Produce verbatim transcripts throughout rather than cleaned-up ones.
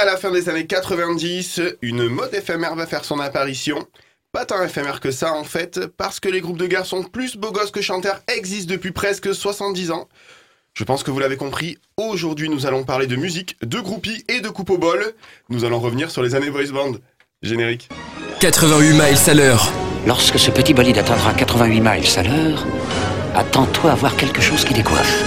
À la fin des années quatre-vingt-dix, une mode éphémère va faire son apparition. Pas tant éphémère que ça en fait, parce que les groupes de garçons plus beaux gosses que chanteurs existent depuis presque soixante-dix ans. Je pense que vous l'avez compris, aujourd'hui nous allons parler de musique, de groupies et de coupe au bol. Nous allons revenir sur les années boys band. Générique. quatre-vingt-huit miles à l'heure. Lorsque ce petit bolide atteindra quatre-vingt-huit miles à l'heure, attends-toi à voir quelque chose qui décoiffe.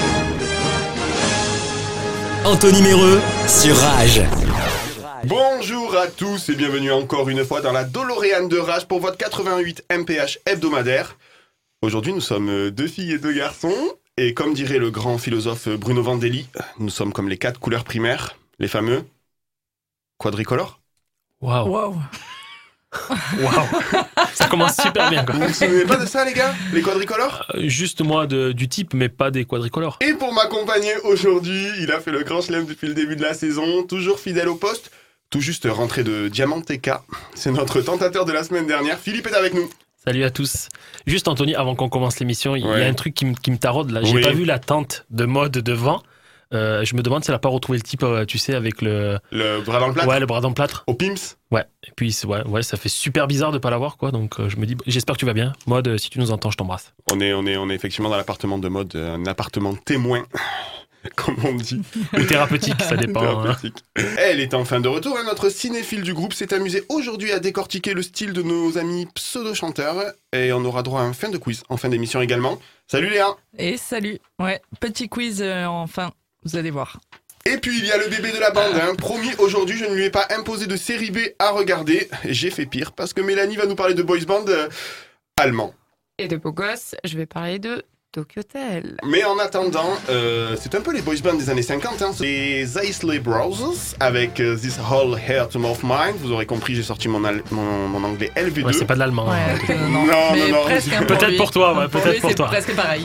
Anthony Méreux sur Rage. Bonjour à tous et bienvenue encore une fois dans la DeLorean de Rage pour votre quatre-vingt-huit M P H hebdomadaire. Aujourd'hui nous sommes deux filles et deux garçons et comme dirait le grand philosophe Bruno Vandelli, nous sommes comme les quatre couleurs primaires, les fameux quadricolores. Waouh. Waouh. Waouh. Ça commence super bien, quoi. Vous vous souvenez pas de ça, les gars? Les quadricolores euh, Juste moi de, du type, mais pas des quadricolores. Et pour m'accompagner aujourd'hui, il a fait le grand chelem depuis le début de la saison, toujours fidèle au poste, tout juste rentré de Diamanteca. C'est notre tentateur de la semaine dernière. Philippe est avec nous. Salut à tous. Juste Anthony, avant qu'on commence l'émission, il ouais. y a un truc qui, m- qui me taraude là. J'ai oui. pas vu la tente de mode devant. Euh, je me demande si elle a pas retrouvé le type, euh, tu sais, avec le... Le bras dans le plâtre. Ouais, le bras dans le plâtre. Au Pimps. Ouais, et puis ouais, ouais, ça fait super bizarre de pas l'avoir, quoi. Donc euh, je me dis, j'espère que tu vas bien. Mode, euh, si tu nous entends, je t'embrasse. On est, on est, on est effectivement dans l'appartement de mode, un appartement témoin, comme on dit. Ou thérapeutique, ça dépend. Thérapeutique. Hein. Elle est enfin de retour. Hein. Notre cinéphile du groupe s'est amusé aujourd'hui à décortiquer le style de nos amis pseudo-chanteurs. Et on aura droit à un fin de quiz en fin d'émission également. Salut Léa. Et salut. Ouais, petit quiz euh, enfin. Vous allez voir. Et puis il y a le bébé de la bande, hein. Promis, aujourd'hui je ne lui ai pas imposé de série B à regarder. J'ai fait pire parce que Mélanie va nous parler de boys band euh, allemand. Et de beaux gosses, je vais parler de Tokyo Hotel. Mais en attendant, euh, c'est un peu les boys band des années cinquante, hein. Les Isley Brothers avec uh, This Whole Heart of Mine. Vous aurez compris, j'ai sorti mon, al- mon, mon anglais L V deux. Ouais, c'est pas de l'allemand. Ouais, hein. euh, non, non, mais non, non. presque un Peut-être lui. pour toi, ouais, pour peut-être lui, pour c'est toi. presque pareil.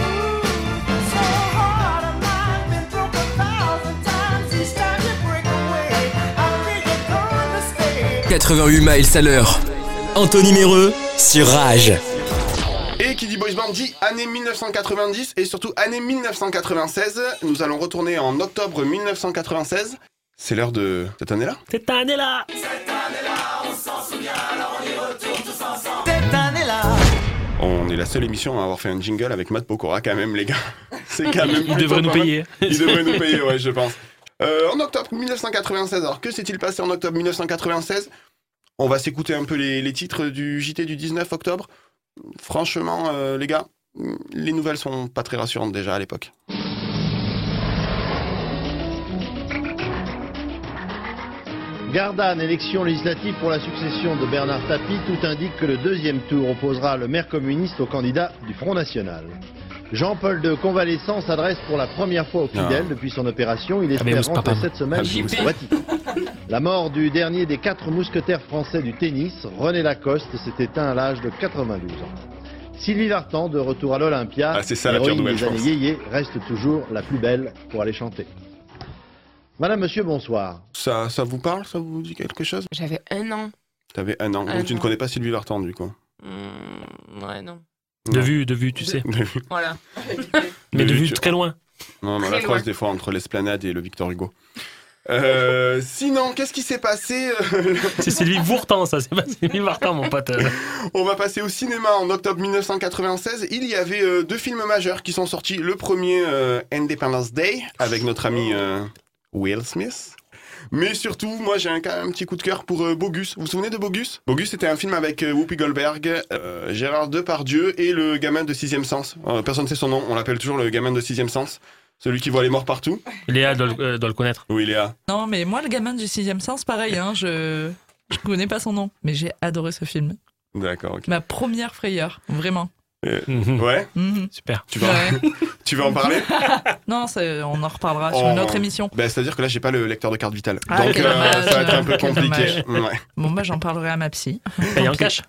quatre-vingt-huit miles à l'heure. Anthony Méreux sur Rage. Et qui dit boys band dit année dix-neuf cent quatre-vingt-dix et surtout année dix-neuf cent quatre-vingt-seize. Nous allons retourner en octobre dix-neuf cent quatre-vingt-seize. C'est l'heure de cette année-là. Cette année-là. Cette année-là, on s'en souvient, alors on y retourne tous ensemble. Cette année-là. On est la seule émission à avoir fait un jingle avec Matt Pokora quand même, les gars. C'est quand même. Il devrait nous payer. Il devrait nous payer, ouais, je pense. Euh, en octobre dix-neuf cent quatre-vingt-seize, alors que s'est-il passé en octobre dix-neuf cent quatre-vingt-seize? On va s'écouter un peu les, les titres du J T du dix-neuf octobre. Franchement, euh, les gars, les nouvelles sont pas très rassurantes déjà à l'époque. Gardanne, élection législative pour la succession de Bernard Tapie, tout indique que le deuxième tour opposera le maire communiste au candidat du Front National. Jean-Paul de Convalescent s'adresse pour la première fois aux fidèles ah. depuis son opération. Il Ah, mais espère rentrer papa. cette semaine Ah, au Vatican. La mort du dernier des quatre mousquetaires français du tennis, René Lacoste, s'est éteint à l'âge de quatre-vingt-douze ans. Sylvie Vartan, de retour à l'Olympia, Ah, c'est ça, la pire héroïne nouvelle, des je années pense. yéyé, reste toujours la plus belle pour aller chanter. Madame, monsieur, bonsoir. Ça, ça vous parle? Ça vous dit quelque chose? J'avais un an. T'avais un an, Un donc tu ne an. connais pas Sylvie Vartan du coup. Mmh, ouais, non. De Non. vue, de vue, tu sais. Voilà. Mais de vue, vue tu- très loin. Non, mais on Très la croise loin. des fois entre l'Esplanade et le Victor Hugo. Euh, sinon, qu'est-ce qui s'est passé? C'est Sylvie Vartan, ça. C'est pas Sylvie Vartan, mon pote. On va passer au cinéma en octobre dix-neuf cent quatre-vingt-seize. Il y avait euh, deux films majeurs qui sont sortis. Le premier, euh, Independence Day, avec notre ami euh, Will Smith. Mais surtout, moi j'ai un, un petit coup de cœur pour euh, Bogus. Vous vous souvenez de Bogus? Bogus, c'était un film avec euh, Whoopi Goldberg, euh, Gérard Depardieu et le gamin de Sixième Sens. Euh, personne ne sait son nom, on l'appelle toujours le gamin de Sixième Sens. Celui qui voit les morts partout. Léa doit, le- euh, doit le connaître. Oui, Léa. Non, mais moi, le gamin du sixième sens, pareil, hein, je je connais pas son nom, mais j'ai adoré ce film. D'accord, ok. Ma première frayeur, vraiment. Euh, Mhm. ouais, Mhm. Super. tu vas, Ouais. tu vas en parler? Non, c'est- on en reparlera sur Oh. une autre émission. Ben, c'est-à-dire que là, j'ai pas le lecteur de carte vitale. Ah, Donc, quel euh, dommage. ça va être un peu Quel compliqué. dommage. Ouais. Bon, bah, j'en parlerai à ma psy. Paye en cash.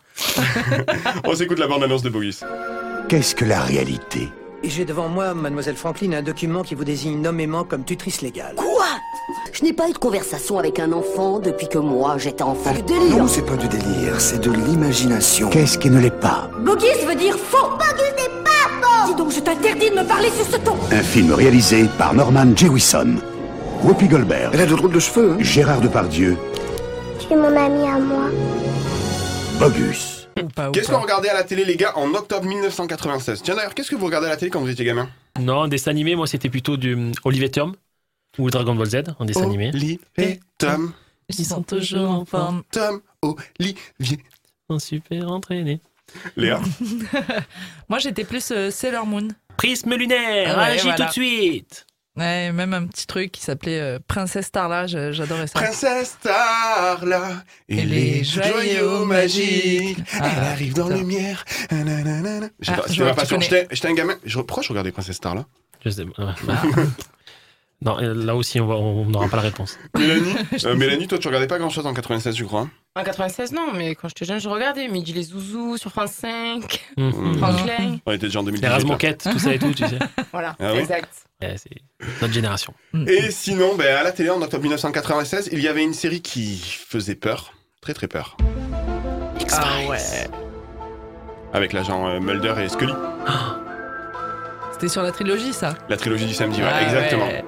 On s'écoute la bande-annonce de Bogus. Qu'est-ce que la réalité? J'ai devant moi, mademoiselle Franklin, un document qui vous désigne nommément comme tutrice légale. Quoi? Je n'ai pas eu de conversation avec un enfant depuis que moi j'étais enfant. Du délire. Non, c'est pas du délire, c'est de l'imagination. Qu'est-ce qui ne l'est pas? Bogus veut dire faux. Bogus n'est pas faux. Dis donc, je t'interdis de me parler sur ce ton. Un film réalisé par Norman Jewison. Whoopi Goldberg. Elle a de drôles de cheveux. Hein. Gérard Depardieu. Tu es mon ami à moi. Bogus. Qu'est-ce qu'on regardait à la télé, les gars, en octobre dix-neuf cent quatre-vingt-seize? Tiens, d'ailleurs, qu'est-ce que vous regardez à la télé quand vous étiez gamin? Non, en dessin animé, moi, c'était plutôt du um, Olivier Tom ou Dragon Ball Z en dessin animé. Olivier Tom. Ils sont toujours en forme. Tom, Olivier. Sont super entraînés. Léa? Moi, j'étais plus euh, Sailor Moon. Prisme lunaire, Ah ouais, agis voilà. tout de suite. Ouais, même un petit truc qui s'appelait euh, Princesse Starla, je- j'adorais ça. Princesse Starla et, Et les les joyaux joyaux magiques. magiques. Elle Ah, arrive dans putain. la lumière. Nanana. Je sais Ah, pas, je c'était vois, ma tu passion. connais. J'étais j'étais un gamin. Je, pourquoi je regardais Princesse Starla? Je sais pas. ouais. Non, euh, là aussi, on va- on n'aura pas la réponse. Mélanie, euh, Mélanie, toi, tu regardais pas grand-chose en quatre-vingt-seize, je crois. En quatre-vingt-seize, non, mais quand j'étais jeune, je regardais Midi les Zouzous sur France cinq, Mhm. Franklin. On était déjà en deux mille Les dix-huit. là. Razmoquettes, tout ça et tout, tu sais. Voilà, Ah oui exact. Ouais, c'est notre génération. Et sinon, ben, à la télé, en octobre mille neuf cent quatre-vingt-seize, il y avait une série qui faisait peur. Très, très peur. Ah ouais. Avec l'agent euh, Mulder et Scully. C'était sur la trilogie, ça. La trilogie du samedi, ouais, Ah exactement. ouais.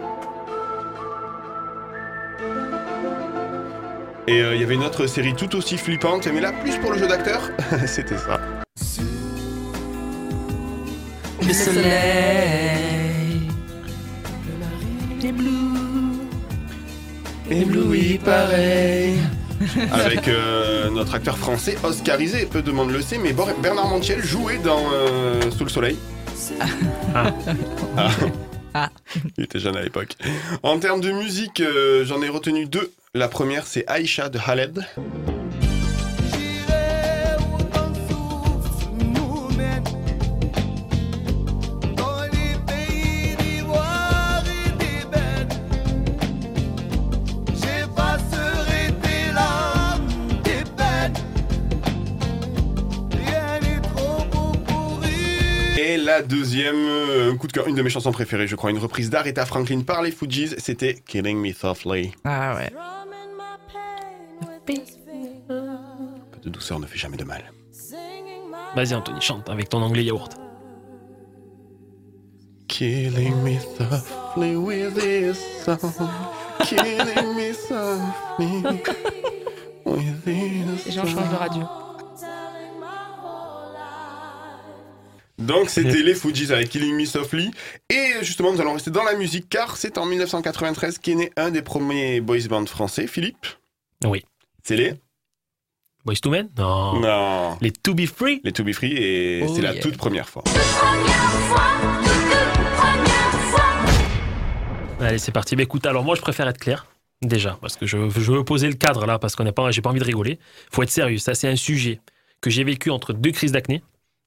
Et euh, il y avait une autre série tout aussi flippante, mais là, plus pour le jeu d'acteur. C'était ça. Le soleil. Ébloui pareil. Avec euh, notre acteur français oscarisé, peu de monde le sait, mais Bor- Bernard Montiel jouait dans euh, Sous le soleil. Ah. Ah. Ah. Il était jeune à l'époque. En termes de musique, euh, j'en ai retenu deux. La première, c'est Aïcha de Khaled. Et la deuxième, euh, un coup de cœur, une de mes chansons préférées, je crois, une reprise d'Aretha Franklin par les Fugees, c'était Killing Me Softly. Ah ouais. Un peu de douceur ne fait jamais de mal. Vas-y, Anthony, chante avec ton anglais yaourt. Killing me softly with this song. Killing me softly with this Les gens changent de radio. Donc c'était les Fugees avec Killing Me Softly. Et justement, nous allons rester dans la musique car c'est en dix-neuf cent quatre-vingt-treize qu'est né un des premiers boys bands français, Philippe. Oui. C'est les Boys to Men? Non. Non. Les To Be Free? Les To Be Free et Oh c'est la yeah. toute première fois. Allez, c'est parti. Bah, écoute, alors moi, je préfère être clair, déjà, parce que je, je veux poser le cadre là, parce qu'on n'a pas, j'ai pas envie de rigoler. Faut être sérieux. Ça, c'est un sujet que j'ai vécu entre deux crises d'acné,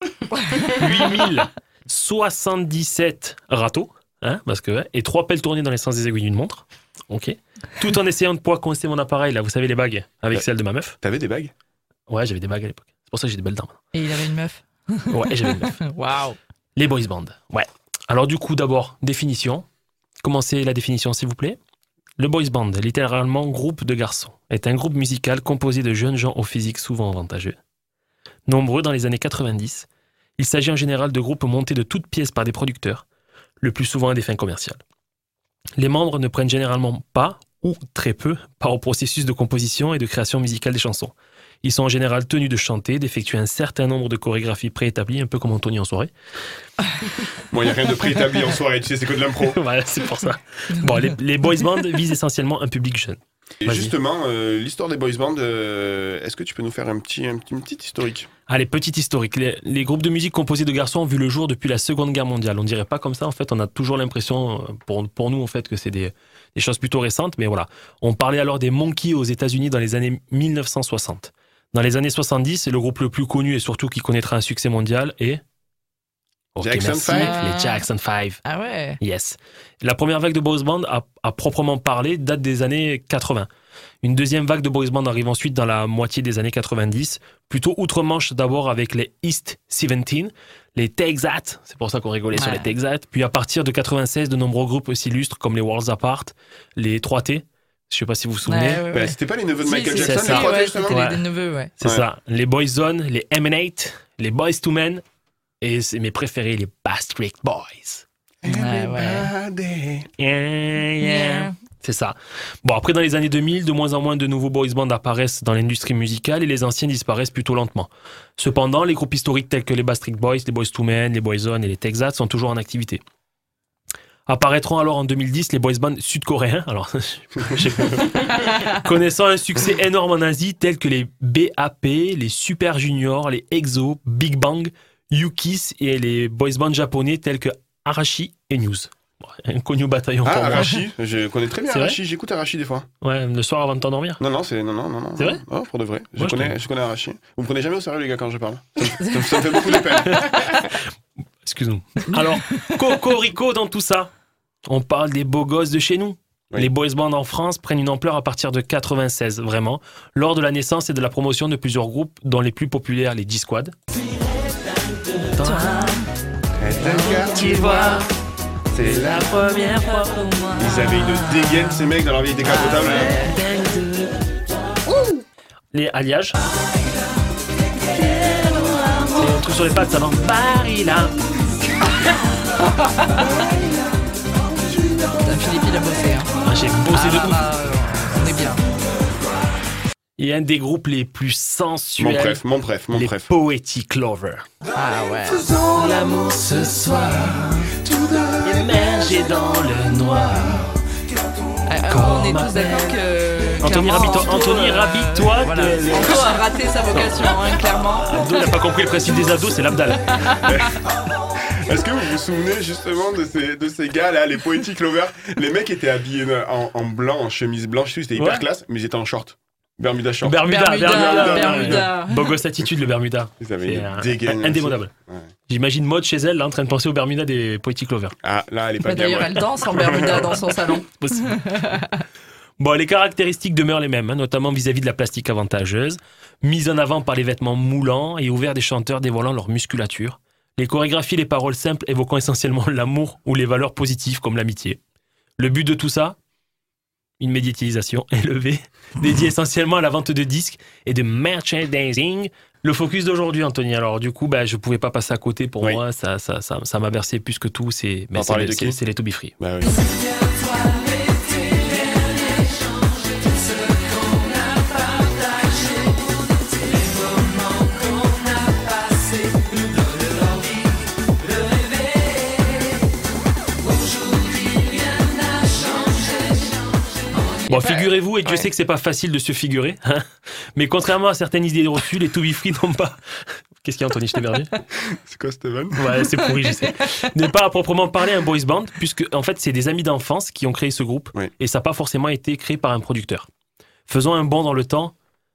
huit mille soixante-dix-sept râteaux, hein, parce que, et trois pelles tournées dans les sens des aiguilles d'une montre. Ok. Tout en essayant de pouvoir coincer mon appareil, là, vous savez, les bagues, avec Ouais. celle de ma meuf. T'avais des bagues? Ouais, j'avais des bagues à l'époque. C'est pour ça que j'ai des belles dents. Et il avait une meuf. Ouais, j'avais une meuf. Waouh. Les boys bands. Ouais. Alors du coup, d'abord, définition. Commencez la définition, s'il vous plaît. Le boys band, littéralement groupe de garçons, est un groupe musical composé de jeunes gens au physique souvent avantageux. Nombreux dans les années quatre-vingt-dix, il s'agit en général de groupes montés de toutes pièces par des producteurs, le plus souvent à des fins commerciales. Les membres ne prennent généralement pas, ou très peu, part au processus de composition et de création musicale des chansons. Ils sont en général tenus de chanter, d'effectuer un certain nombre de chorégraphies préétablies, un peu comme Anthony en soirée. Bon, il n'y a rien de préétabli en soirée, tu sais, c'est que de l'impro. Voilà, c'est pour ça. Bon, les, les boys bands visent essentiellement un public jeune. Et Vas-y. justement, euh, l'histoire des boys bands, euh, est-ce que tu peux nous faire un petit, un petit, une petite historique? Allez, petit historique. Les, les groupes de musique composés de garçons ont vu le jour depuis la Seconde Guerre mondiale. On dirait pas comme ça, en fait. On a toujours l'impression, euh, pour, pour nous, en fait, que c'est des, des choses plutôt récentes. Mais voilà. On parlait alors des Monkees aux États-Unis dans les années mille neuf cent soixante. Dans les années soixante-dix, le groupe le plus connu et surtout qui connaîtra un succès mondial est... Ok, Jackson merci. five. Les Jackson five. Ah ouais. Yes. La première vague de boys band, à, à proprement parler, date des années quatre-vingts. Une deuxième vague de boys band arrive ensuite dans la moitié des années quatre-vingt-dix, plutôt outre-Manche d'abord avec les East dix-sept, les Texat, c'est pour ça qu'on rigolait sur Ouais. les Texat, puis à partir de quatre-vingt-seize, de nombreux groupes s'illustrent comme les Worlds Apart, les trois T, je sais pas si vous vous souvenez. Ouais, ouais, Bah, ouais. c'était pas les neveux de Si, Michael si, Jackson, si, les ça. trois ouais, T, justement? c'était Ouais. les neveux, ouais. C'est Ouais. ça. Les Boyzone, les Emanate, les Boys to Men, et c'est mes préférés, les Backstreet Boys. Ouais, ouais. Everybody. Yeah, yeah. C'est ça. Bon, après, dans les années deux mille, de moins en moins de nouveaux boys bands apparaissent dans l'industrie musicale et les anciens disparaissent plutôt lentement. Cependant, les groupes historiques tels que les Backstreet Boys, les Boyz two Men, les Boyzone et les Texas sont toujours en activité. Apparaîtront alors en deux mille dix les boys bands sud-coréens, alors connaissant un succès énorme en Asie, tels que les B A P, les Super Junior, les EXO, Big Bang, U-Kiss et les boys bands japonais tels que Arashi et News. Bon, un connu bataillon ah, pour moi. Arashi, je connais très bien C'est Arashi, vrai j'écoute Arashi des fois. Ouais, le soir avant de t'endormir. Non, non, c'est non, non, non, non. C'est vrai? Oh, pour de vrai. Je Moi, je connais, te- je connais Arashi. Vous me prenez jamais au sérieux les gars quand je parle. Ça, me- ça me- ça me fait beaucoup de peine. Excuse-nous. Alors, Cocorico dans tout ça. On parle des beaux gosses de chez nous. Oui. Les boys bands en France prennent une ampleur à partir de quatre-vingt-seize, vraiment, lors de la naissance et de la promotion de plusieurs groupes, dont les plus populaires, les G-Squad. Tu vois, c'est la première fois pour moi. Ils avaient une dégaine ces mecs dans leur vieille décapotable. Les Alliages. C'est un truc sur les pattes, ça, non? Barilla. Putain, Philippe, il a bossé. Hein. Ah, j'ai bossé de Ah, ouf. bah, euh, on est bien. Et un des groupes les plus sensuels. Mon préf, mon préf, mon les préf. Poetic Lover. Ah ouais. Faisons l'amour ce soir, tous deux immergés dans le noir. Ah, on est tous d'accord que. Anthony, clairement, rabis-toi, Anto, Anthony, euh, rabis-toi Voilà. de- Anto a raté sa vocation, hein, clairement. Abdo n'a pas compris le principe des ados, c'est l'abdal. Est-ce que vous vous souvenez justement de ces, de ces gars là, les Poetic Lovers? Les mecs étaient habillés en, en blanc, en chemise blanche, c'était hyper Ouais. classe, mais ils étaient en short. Bermuda short. Bermuda, Bermuda, Bermuda, Bermuda. Beau gosse attitude, le Bermuda. Ils avaient C'est une un- dégaine. indémodable. Ouais. J'imagine Maud chez elle, là, en train de penser au Bermuda des Poetic Lovers. Ah, là, elle est pas Bah, bien. D'ailleurs, ouais. elle danse en Bermuda dans son salon. Possible. Bon, les caractéristiques demeurent les mêmes, hein, notamment vis-à-vis de la plastique avantageuse, mise en avant par les vêtements moulants et ouverts des chanteurs dévoilant leur musculature. Les chorégraphies et les paroles simples évoquant essentiellement l'amour ou les valeurs positives comme l'amitié. Le but de tout ça, une médiatisation élevée, dédiée essentiellement à la vente de disques et de merchandising. Le focus d'aujourd'hui, Anthony. Alors du coup, bah, je pouvais pas passer à côté. Pour Oui. moi, ça, ça, ça, ça m'a versé plus que tout. C'est, va mais c'est, parler le- de c'est, qui c'est les To Be Free. Bah oui. Bon, figurez-vous, et Dieu sait que c'est pas facile de se figurer, hein, mais contrairement à certaines idées reçues, les To Be Free n'ont pas. Qu'est-ce qu'il y a, Anthony? Je t'ai perdu? C'est quoi, Steven? Ouais, c'est pourri, je sais. N'est pas à proprement parler un boys band, puisque en fait, c'est des amis d'enfance qui ont créé ce groupe, Oui. et ça n'a pas forcément été créé par un producteur. Faisons un bond dans le temps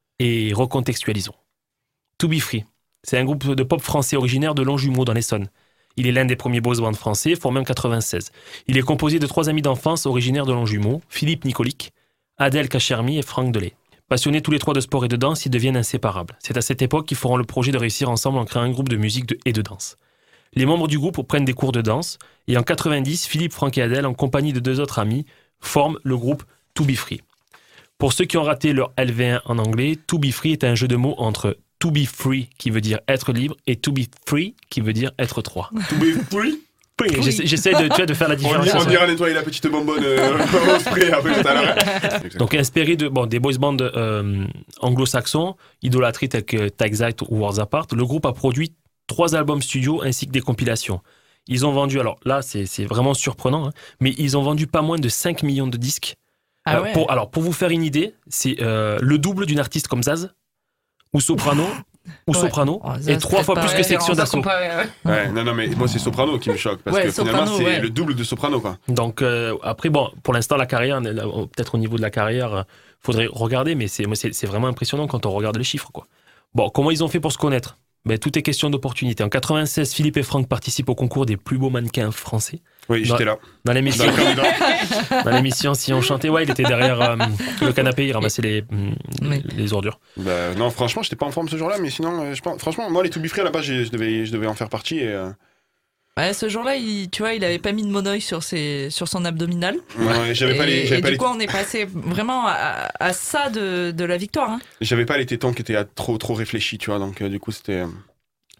et recontextualisons. To Be Free, c'est un groupe de pop français originaire de Longjumeau dans l'Essonne. Il est l'un des premiers boys bands français, formé en quatre-vingt-seize. Il est composé de trois amis d'enfance originaires de Longjumeau, Philippe Nicolic, Adèle Cachermy et Franck Delay. Passionnés tous les trois de sport et de danse, ils deviennent inséparables. C'est à cette époque qu'ils feront le projet de réussir ensemble en créant un groupe de musique de- et de danse. Les membres du groupe prennent des cours de danse et en quatre-vingt-dix, Philippe, Franck et Adèle, en compagnie de deux autres amis, forment le groupe To Be Free. Pour ceux qui ont raté leur L V un en anglais, To Be Free est un jeu de mots entre To Be Free, qui veut dire être libre, et To Be Free, qui veut dire être trois. To be free? Oui, j'essaie, j'essaie de, tu vois, de faire la On, différence. ira- on ira nettoyer la petite bonbonne euh, au spray après tout à l'heure. Donc inspiré de bon, des boys bands euh, anglo-saxons, idolâtries tels que Taxite ou Worlds Apart, le groupe a produit trois albums studio ainsi que des compilations. Ils ont vendu, alors là c'est, c'est vraiment surprenant, hein, mais ils ont vendu pas moins de cinq millions de disques. Ah Euh, ouais. pour, alors pour vous faire une idée, c'est euh, le double d'une artiste comme Zaz ou Soprano. Ou Ouais. Soprano, Oh, Zaz, et trois peut-être fois pas plus que référence Section à d'Assaut. Comparé, ouais. Ouais, non, non, mais moi c'est Soprano qui me choque parce Ouais, que finalement Soprano, c'est ouais. le double de Soprano quoi. Donc euh, après, bon, pour l'instant, la carrière, peut-être au niveau de la carrière, euh, faudrait regarder, mais c'est, moi, c'est, c'est vraiment impressionnant quand on regarde les chiffres, quoi. Bon, comment ils ont fait pour se connaître? Ben, tout est question d'opportunité. En quatre-vingt-seize, Philippe et Franck participent au concours des plus beaux mannequins français. Oui, j'étais là. Dans l'émission, Dans le candidat. dans l'émission Si on chantait, ouais, il était derrière euh, le canapé, il ramassait les, mm, Oui. les ordures. Bah, non, franchement, j'étais pas en forme ce jour-là, mais sinon, euh, je pense, franchement, moi, les To Be Free, là-bas, j'ai- je devais, je devais en faire partie. Et, euh, Ouais, ce jour-là, il, tu vois, il avait pas mis de monoï sur, ses, sur son abdominal. ouais, j'avais pas les, Et, j'avais et pas du les, coup, on est passé vraiment à, à ça de, de la victoire. Hein. j'avais pas les tétons qui étaient euh, trop, trop réfléchis, tu vois. Donc, euh, du coup, c'était. euh,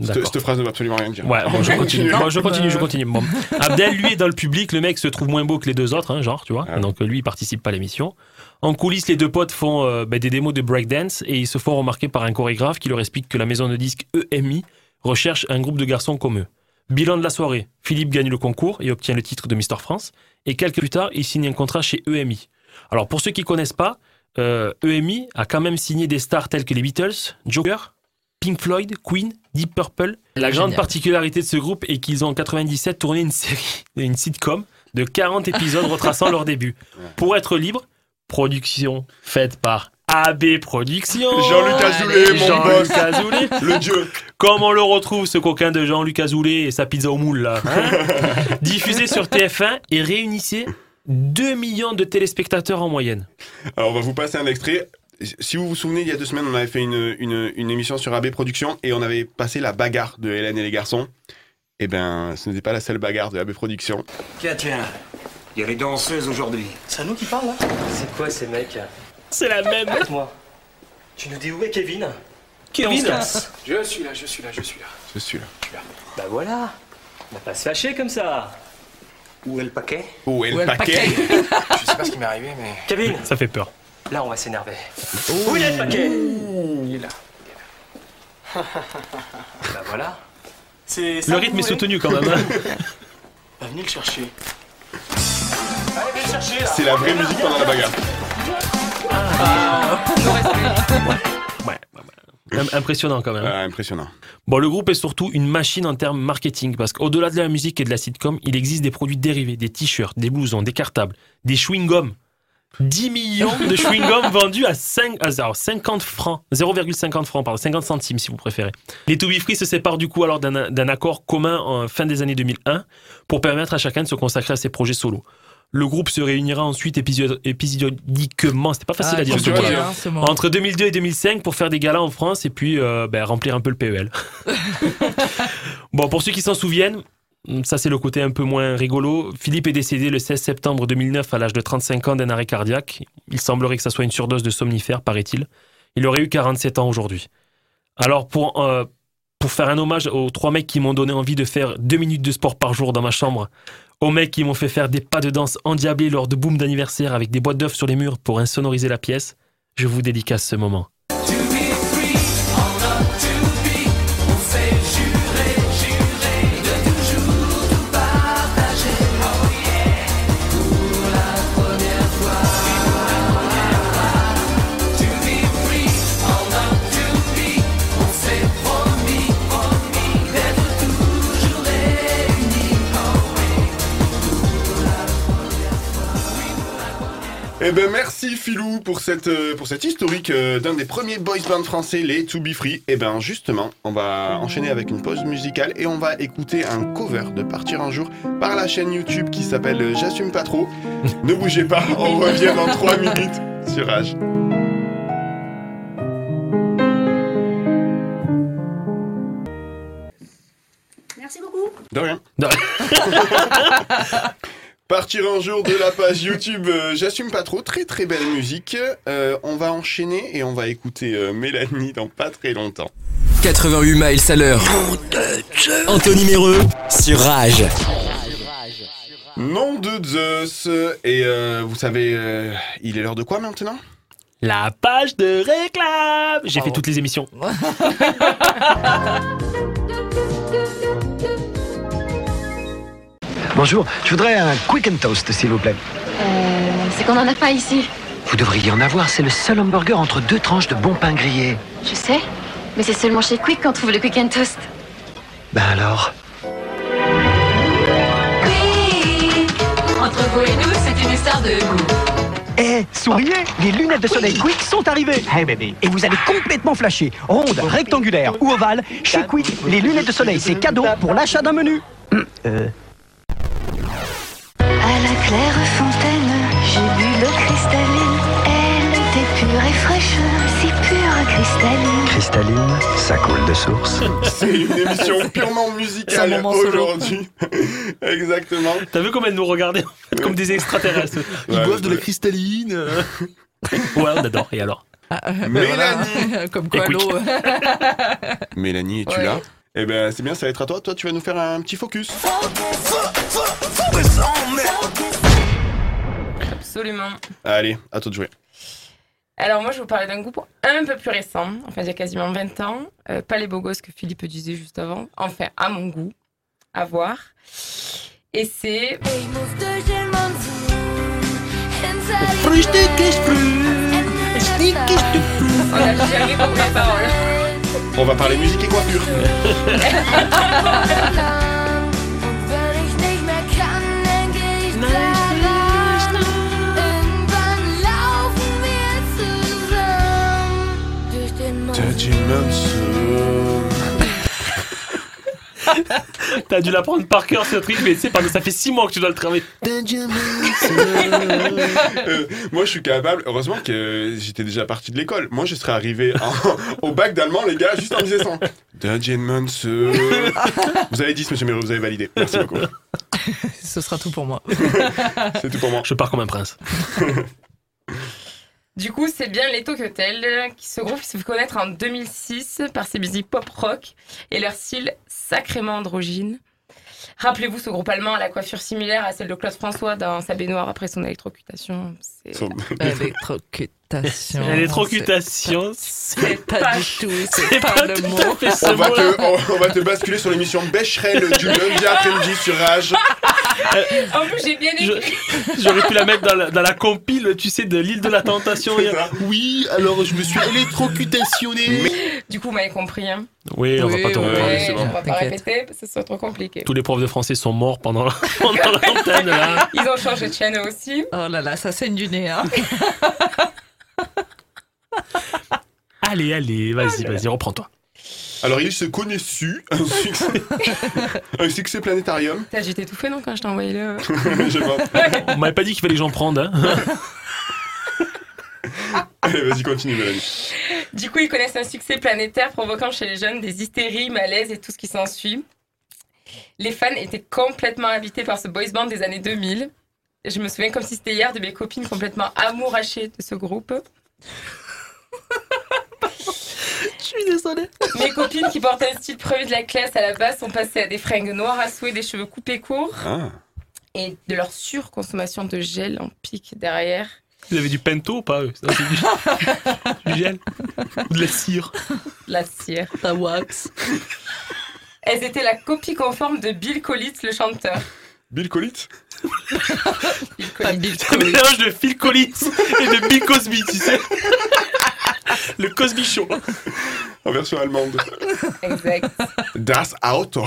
Cette, cette phrase ne veut absolument rien dire. Ouais, bon, je continue. bon, je continue, je continue. Bon. Abdel, lui, est dans le public. Le mec se trouve moins beau que les deux autres, hein, genre, tu vois. Ah. Donc, lui, il participe pas à l'émission. En coulisses, les deux potes font euh, bah, des démos de breakdance et ils se font remarquer par un chorégraphe qui leur explique que la maison de disques E M I recherche un groupe de garçons comme eux. Bilan de la soirée. Philippe gagne le concours et obtient le titre de Mister France. Et quelques plus tard, il signe un contrat chez E M I. Alors, pour ceux qui connaissent pas, euh, E M I a quand même signé des stars telles que les Beatles, Joker, Pink Floyd, Queen, Deep Purple. La Génial. grande particularité de ce groupe est qu'ils ont en quatre-vingt-dix-sept tourné une série, une sitcom de quarante épisodes retraçant leur début. Pour être libre, production faite par A B Productions. Jean-Luc Azoulay, mon Jean-Luc boss. Azoulay. Le dieu. Comme on le retrouve, ce coquin de Jean-Luc Azoulay et sa pizza au moule, là. Hein. Diffusé sur T F un et réunissait deux millions de téléspectateurs en moyenne. Alors, on va vous passer un extrait. Si vous vous souvenez, il y a deux semaines, on avait fait une, une, une émission sur A B Productions et on avait passé la bagarre de Hélène et les garçons. Eh ben, ce n'était pas la seule bagarre de A B Productions. Tiens, tiens, il y a les danseuses aujourd'hui. C'est à nous qui parle là? C'est quoi ces mecs? C'est la même. Arrête-moi. Tu nous dis où est Kevin? Kevin. Je suis là, je suis là, je suis là. Je suis là. Je suis là. Bah voilà. On va pas se fâcher comme ça. Où est le paquet? Où est le paquet? Je sais pas ce qui m'est arrivé, mais. Kevin! Ça fait peur. Là, on va s'énerver. Où il est le paquet? Il est là. Il est là. Bah voilà. C'est le rythme est soutenu quand même. Hein. Bah, venez le chercher. Allez, venez le chercher là. C'est la vraie musique pendant la bagarre. Ah, ouais, ouais, ouais. Impressionnant quand même. Ah, impressionnant. Bon, le groupe est surtout une machine en termes marketing parce qu'au-delà de la musique et de la sitcom, il existe des produits dérivés, des t-shirts, des blousons, des cartables, des chewing-gums. dix millions de chewing-gums vendus à, cinq, alors cinquante francs, zéro virgule cinquante francs, pardon, cinquante centimes si vous préférez. Les To Be Free se séparent du coup alors d'un, d'un accord commun en fin des années deux mille un pour permettre à chacun de se consacrer à ses projets solo. Le groupe se réunira ensuite épisode, épisodiquement, c'était pas facile ah, à dire ce mot, là hein, entre deux mille deux et deux mille cinq pour faire des galas en France et puis euh, ben, remplir un peu le P E L. Bon, pour ceux qui s'en souviennent, ça c'est le côté un peu moins rigolo. Philippe est décédé le seize septembre deux mille neuf à l'âge de trente-cinq ans d'un arrêt cardiaque. Il semblerait que ça soit une surdose de somnifères, paraît-il. Il aurait eu quarante-sept ans aujourd'hui. Alors pour, euh, pour faire un hommage aux trois mecs qui m'ont donné envie de faire deux minutes de sport par jour dans ma chambre, aux mecs qui m'ont fait faire des pas de danse endiablés lors de boom d'anniversaire avec des boîtes d'œufs sur les murs pour insonoriser la pièce, je vous dédicace ce moment. Eh ben merci Philou pour cette, euh, pour cette historique euh, d'un des premiers boys bands français, les To Be Free. Eh ben justement, on va enchaîner avec une pause musicale et on va écouter un cover de Partir un jour par la chaîne YouTube qui s'appelle J'assume pas trop. Ne bougez pas, on revient dans trois minutes sur Rage. Merci beaucoup. De rien. De rien. Partir un jour de la page YouTube, euh, j'assume pas trop, très très belle musique. Euh, on va enchaîner et on va écouter euh, Mélanie dans pas très longtemps. quatre-vingt-huit miles à l'heure. Anthony Méreux sur Rage. Nom de Zeus. Et euh, vous savez, euh, il est l'heure de quoi maintenant? La page de réclame. J'ai oh. fait toutes les émissions. Bonjour, je voudrais un quick and toast, s'il vous plaît. Euh, c'est qu'on n'en a pas ici. Vous devriez en avoir, c'est le seul hamburger entre deux tranches de bon pain grillé. Je sais, mais c'est seulement chez Quick qu'on trouve le quick and toast. Ben alors? Quick! Entre vous et nous, c'est une histoire de goût. Eh, hey, souriez, les lunettes de soleil Quick sont arrivées. Hey baby. Et vous allez complètement flasher. Ronde, rectangulaire ou ovale, chez Quick, les lunettes de soleil, c'est cadeau pour l'achat d'un menu. Euh... À la claire fontaine, j'ai bu l'eau cristalline. Elle était pure et fraîche, si pure cristalline. Cristalline, ça coule de source. C'est une émission purement musicale aujourd'hui. Exactement. T'as vu comment elle nous regardait comme des extraterrestres? Ils ouais, boivent de la cristalline. Ouais, on adore. Et alors? Ah, euh, Mélanie. Voilà. Comme quoi l'eau. Mélanie, es-tu ouais. là? Eh ben, c'est bien, ça va être à toi. Toi, tu vas nous faire un petit focus. Absolument. Allez, à toi de jouer. Alors moi, je vais vous parler d'un groupe un peu plus récent, enfin il y a quasiment vingt ans, euh, pas les beaux gosses que Philippe disait juste avant, enfin à mon goût, à voir. Et c'est... On n'a jamais compris les paroles. On va parler musique et coiffure. T'as dû l'apprendre par cœur ce truc, mais tu sais, parce que ça fait six mois que tu dois le travailler. euh, moi, je suis capable. Heureusement que j'étais déjà parti de l'école. Moi, je serais arrivé en, au bac d'allemand, les gars, juste en disant ça. Vous avez dix, monsieur Méreux, vous avez validé. Merci beaucoup. Ce sera tout pour moi. C'est tout pour moi. Je pars comme un prince. Du coup, c'est bien les Tokyo Hotel qui se groupe, qui se fait connaître en deux mille six par ses musiques pop-rock et leur style sacrément androgyne. Rappelez-vous ce groupe allemand à la coiffure similaire à celle de Claude François dans sa baignoire après son électrocutation. C'est... Son... Électrocutation. L'électrocutation, c'est... c'est pas, pas du tout, c'est, c'est pas, pas le mot. On va, te, on, on va te basculer sur l'émission Becherel du lundi après-midi sur Rage. Euh, en plus, j'ai bien écrit. J'aurais pu la mettre dans la, dans la compile, tu sais, de l'île de la Tentation. Oui, alors je me suis électrocutationné. Mais... Du coup, vous m'avez compris. Hein. Oui, on oui, va pas t'en parler, ouais, c'est bon. On va pas répéter, parce que ce serait trop compliqué. Tous les profs de français sont morts pendant, pendant l'antenne, là. Ils ont changé de chaîne aussi. Oh là là, ça saigne du nez, hein. Allez, allez, vas-y, vas-y, reprends-toi. Alors, il se connaît su un succès, un succès planétarium. T'as dû t'étouffer, non, quand je t'ai envoyé le... Je sais pas. On m'avait pas dit qu'il fallait que j'en prenne, hein. Allez, vas-y, continue, Mélanie. Du coup, ils connaissent un succès planétaire provoquant chez les jeunes des hystéries, malaises et tout ce qui s'ensuit. Les fans étaient complètement habités par ce boys band des années deux mille. Je me souviens comme si c'était hier de mes copines complètement amourachées de ce groupe. Je suis désolée. Mes copines qui portent un style premier de la classe à la base sont passées à des fringues noires à souhait, des cheveux coupés courts ah. et de leur surconsommation de gel en pic derrière. Vous avez du pento ou pas eux? Non, c'est du... du gel ou de la cire? De la cire. La wax. Elles étaient la copie conforme de Bill Collins, le chanteur. Bill Collins? Bill Collins. Bill Collins. Un mélange de Phil Collins et de Bill Cosby, tu sais. Le Cosby Show. En version allemande. Exact. Das Auto.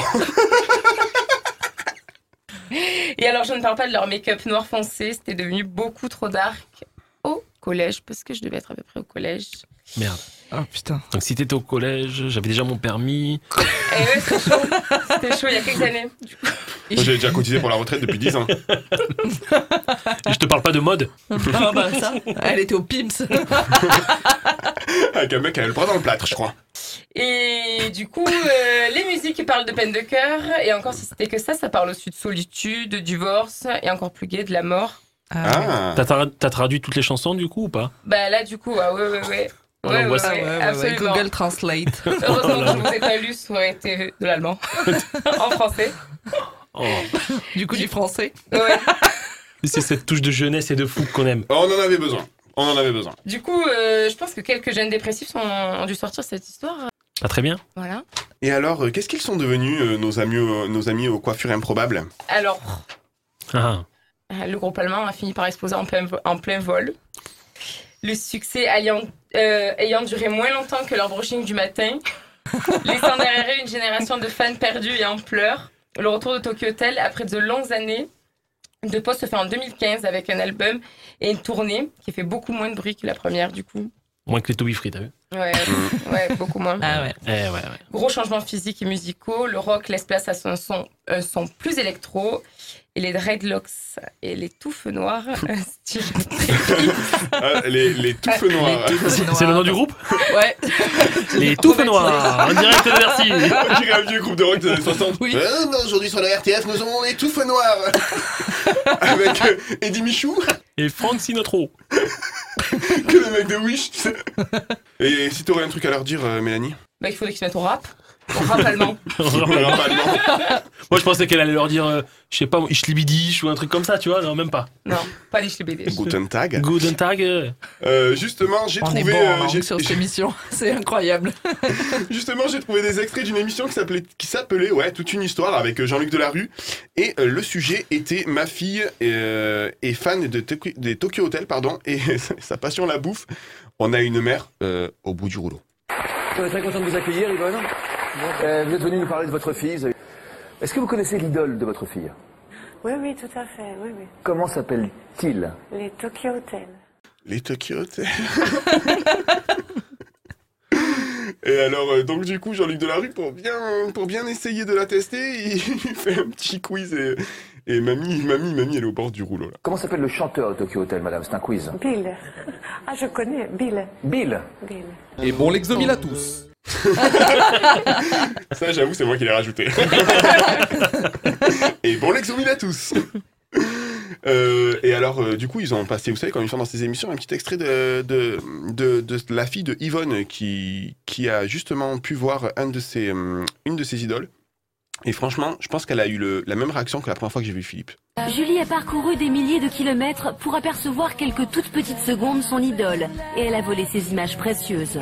Et alors, je ne parle pas de leur make-up noir foncé, c'était devenu beaucoup trop dark au collège, parce que je devais être à peu près au collège. Merde. Oh putain. Donc si t'étais au collège, j'avais déjà mon permis. Eh ouais, c'était chaud. C'était chaud il y a quelques années. Du coup. Moi, j'avais déjà cotisé pour la retraite depuis dix ans. Et je te parle pas de mode. Ah bah ça, elle était au Pimps. Avec un mec qui avait le bras dans le plâtre, je crois. Et du coup, euh, les musiques qui parlent de peine de cœur, et encore si c'était que ça, ça parle aussi de solitude, de divorce, et encore plus gai, de la mort. Ah. T'as, tra- t'as traduit toutes les chansons du coup ou pas? Bah là, du coup, ah ouais, ouais, ouais. On ouais, voit ouais, ça. ouais, ouais, absolument. ouais, Google Translate. Heureusement que je vous ai pas lu, ça aurait été de l'allemand. En français. Oh. Du coup, du français. Ouais. C'est cette touche de jeunesse et de fou qu'on aime. On en avait besoin. On en avait besoin. Du coup, euh, je pense que quelques jeunes dépressifs sont, ont dû sortir cette histoire. Ah, très bien. Voilà. Et alors, euh, qu'est-ce qu'ils sont devenus, euh, nos, amis, euh, nos amis aux coiffures improbables? Alors, Ah. le groupe allemand a fini par exploser en plein, vo- en plein vol. Le succès ayant, euh, ayant duré moins longtemps que leur brushing du matin, laissant derrière eux une génération de fans perdus et en pleurs. Le retour de Tokyo Hotel, après de longues années de pause, se fait en deux mille quinze avec un album et une tournée qui fait beaucoup moins de bruit que la première, du coup. Moins que les Toby Free, t'as vu? Ouais, ouais, beaucoup moins. Ah ouais. Eh ouais, ouais. Gros changements physiques et musicaux. Le rock laisse place à son son, un son plus électro. Et les dreadlocks et les touffes noires, un style très Ah, les, les touffes noirs. Les touffes C'est, noires. c'est le nom du groupe? Ouais. Les touffes noires, en direct de Bercy. On dirait un vieux groupe de rock des années soixante. Oui. Euh, non, aujourd'hui sur la R T F, nous avons les touffes noires. Avec euh, Eddie Michou. Et Frank Sinatra. Que le mec de Wish, tu sais. Et si t'aurais un truc à leur dire, euh, Mélanie? Bah, il faudrait qu'ils se mettent au rap. On rappe allemand. Moi, je pensais qu'elle allait leur dire, euh, je sais pas, ich liebe dich ou un truc comme ça, tu vois. Non, même pas. Non, pas ich liebe dich. Guten Tag. Guten Tag. Euh, justement, j'ai On trouvé. est bon euh, en j'ai- langue sur cette émission, c'est incroyable. Justement, j'ai trouvé des extraits d'une émission qui s'appelait, qui s'appelait ouais, Toute une histoire avec euh, Jean-Luc Delarue. Et euh, le sujet était ma fille euh, est fan de Toki- des Tokyo Hotel, pardon, et sa passion la bouffe. On a une mère euh, au bout du rouleau. On est très content de vous accueillir, Yvonne. Euh, vous êtes venu nous parler de votre fille. Est-ce que vous connaissez l'idole de votre fille? Oui, oui, tout à fait, oui, oui. Comment s'appelle-t-il? Les Tokyo Hotel. Les Tokyo Hotel. Et alors, euh, donc du coup, Jean-Luc Delarue, pour bien, pour bien essayer de la tester, il fait un petit quiz et, et mamie, mamie, mamie, elle est au bord du rouleau là. Comment s'appelle le chanteur de Tokyo Hotel, madame? C'est un quiz. Bill. Ah, je connais, Bill. Bill. Bill. Et bon l'exomile à tous. Ça, j'avoue, c'est moi qui l'ai rajouté. Et bon l'exomile à tous. Euh, et alors, euh, du coup, ils ont passé, vous savez, quand ils font dans ces émissions, un petit extrait de, de, de, de la fille de Yvonne qui, qui a justement pu voir un de ses, um, une de ses idoles. Et franchement, je pense qu'elle a eu le, la même réaction que la première fois que j'ai vu Philippe. Julie a parcouru des milliers de kilomètres pour apercevoir quelques toutes petites secondes son idole. Et elle a volé ses images précieuses.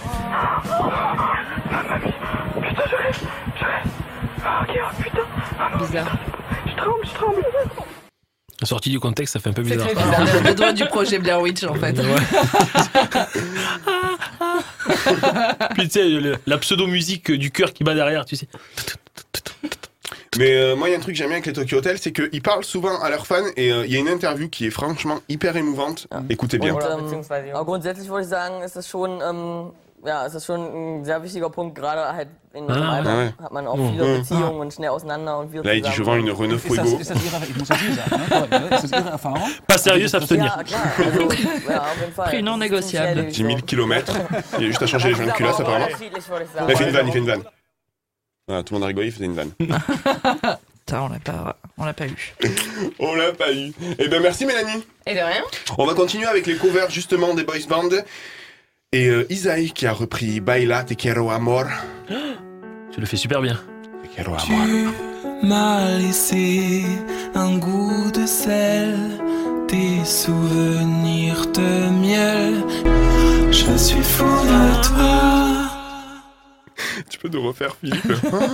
Putain, je rêve, je rêve. Oh, ok, oh, putain. Bizarre. Je tremble, je tremble. Sorti du contexte, ça fait un peu C'est bizarre. très bizarre. Le doigt du projet Blair Witch, en fait. Puis tu sais, le- la pseudo-musique du cœur qui bat derrière, tu sais. Mais euh, moi, il y a un truc que j'aime bien avec les Tokyo Hotel, c'est qu'ils parlent souvent à leurs fans et euh, il y a une interview qui est franchement hyper émouvante. Écoutez bien. Und, ähm, aber grundsätzlich würde ich sagen, ist es schon, ähm, ja, es ist schon ein sehr wichtiger Punkt. Gerade halt in dem Ah, Alter ah ouais. hat man auch Mhm. viele Mhm. Beziehungen und schnell auseinander und wir Là, il dit, je vends une Renault Ist das, Fuego. ist das Ihre, ich muss das hier sagen, ne? Korrekt, ne? Ist das Ihre Erfahrung? Pas sérieux, s'abstenir. Ja, klar. Also, ja, auf jeden Fall. Prix non négociable. dix mille kilomètres. Il y a juste à changer les joints de culasse, apparemment. Unterschiedlich, würde ich sagen. Là, il fait une vanne, il fait une vanne. Voilà, tout le monde a rigolé, il faisait une vanne. Ça, on l'a pas, on l'a pas eu. On l'a pas eu. Eh ben merci Mélanie. Et de rien. On va continuer avec les covers justement des boys band. Et euh, Isaïe qui a repris Baila Te Quiero Amor. Tu le fais super bien. Te Quiero Amor. M'a laissé un goût de sel, tes souvenirs de miel. Je suis fou de toi. Tu peux nous refaire Philippe.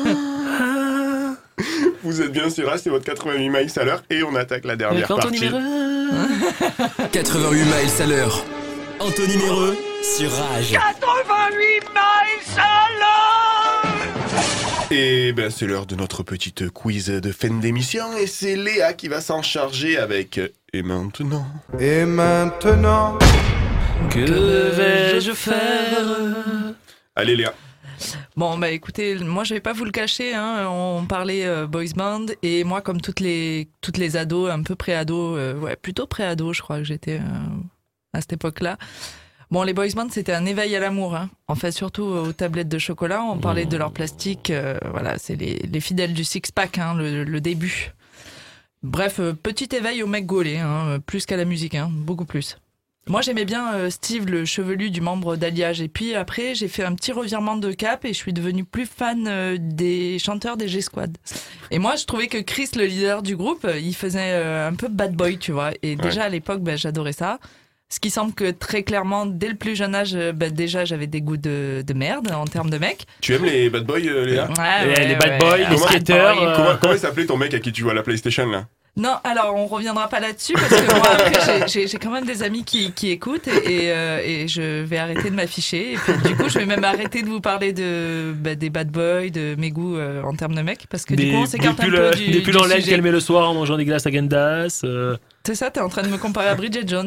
Vous êtes bien sur A, c'est votre quatre-vingt-huit miles à l'heure et on attaque la dernière Avec partie. quatre-vingt-huit miles à l'heure. Anthony Méreux sur Rage. quatre-vingt-huit miles à l'heure. Et ben c'est l'heure de notre petite quiz de fin d'émission et c'est Léa qui va s'en charger avec Et maintenant. Et maintenant, que vais-je faire? Allez Léa. Bon, bah écoutez, moi je vais pas vous le cacher, hein, on parlait euh, boys band et moi comme toutes les toutes les ados, un peu pré-ados, euh, ouais plutôt pré-ado, je crois que j'étais euh, à cette époque-là. Bon, les boys band c'était un éveil à l'amour, hein. En fait surtout aux tablettes de chocolat, on parlait de leur plastique, euh, voilà, c'est les, les fidèles du six-pack, hein, le, le début. Bref, euh, petit éveil au mec gaulé, hein, plus qu'à la musique, hein, beaucoup plus. Moi, j'aimais bien euh, Steve, le chevelu du membre d'Alliage. Et puis après, j'ai fait un petit revirement de cap et je suis devenue plus fan euh, des chanteurs des G-Squad. Et moi, je trouvais que Chris, le leader du groupe, euh, il faisait euh, un peu bad boy, tu vois. Et déjà, Ouais. à l'époque, bah, j'adorais ça. Ce qui semble que très clairement, dès le plus jeune âge, euh, bah, déjà, j'avais des goûts de, de merde en termes de mecs. Tu aimes les bad boys euh, Léa? Ouais, Et ouais, les bad ouais. boys, les Comment- skateurs. euh, Comment, comment il s'appelait ton mec à qui tu joues à la PlayStation là? Non, alors on reviendra pas là-dessus parce que moi après j'ai- j'ai j'ai quand même des amis qui, qui écoutent et, et, euh, et je vais arrêter de m'afficher et puis du coup je vais même arrêter de vous parler de bah, des bad boys, de mes goûts euh, en termes de mecs parce que Des, du coup on des s'écarte un pulls, peu euh, du, des pulls du en laine sujet. qu'elle met le soir en mangeant des glaces à Gendas. euh. C'est ça, t'es en train de me comparer à Bridget Jones.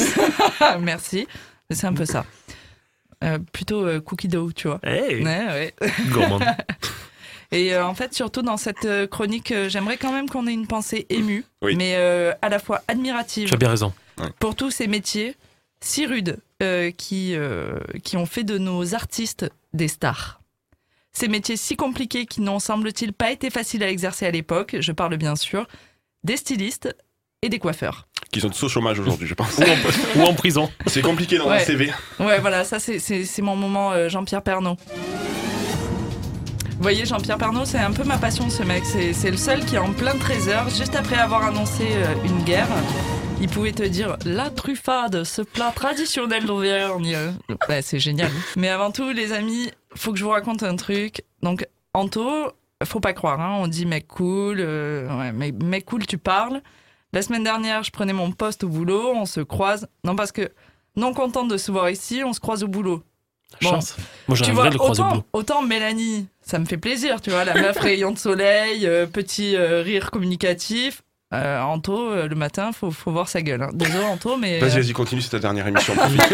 Merci, c'est un peu ça. Euh, plutôt euh, cookie dough, tu vois. Hey. Ouais, ouais. Gourmande. Et euh, en fait, surtout dans cette euh, chronique, euh, j'aimerais quand même qu'on ait une pensée émue, Oui. mais euh, à la fois admirative. Tu as bien raison. Pour tous ces métiers si rudes euh, qui, euh, qui ont fait de nos artistes des stars. Ces métiers si compliqués qui n'ont, semble-t-il, pas été faciles à exercer à l'époque. Je parle bien sûr des stylistes et des coiffeurs. Qui sont tous au chômage aujourd'hui, je pense. Ou en, ou en prison. C'est compliqué dans Ouais. un C V. Ouais, voilà, ça c'est, c'est, c'est mon moment euh, Jean-Pierre Pernaut. Vous voyez, Jean-Pierre Pernaut, c'est un peu ma passion, ce mec. C'est, c'est le seul qui, en plein treize heures, juste après avoir annoncé euh, une guerre, il pouvait te dire « La truffade, ce plat traditionnel d'Auvergne ». Ouais, c'est génial. Mais avant tout, les amis, faut que je vous raconte un truc. Donc, Anto, faut pas croire, hein, on dit mec cool, euh, ouais, mec, mec cool, tu parles. La semaine dernière, je prenais mon poste au boulot, on se croise. Non, parce que, non content de se voir ici, on se croise au boulot. Bon, chance. Moi, tu j'aimerais vois, le croiser au autant, boulot. autant Mélanie, ça me fait plaisir, tu vois, la meuf rayon de soleil, euh, petit euh, rire communicatif. Euh, Anto, euh, le matin, faut, faut voir sa gueule. Hein. Désolé, Anto, mais. Vas-y, euh... vas-y, continue, c'est ta dernière émission.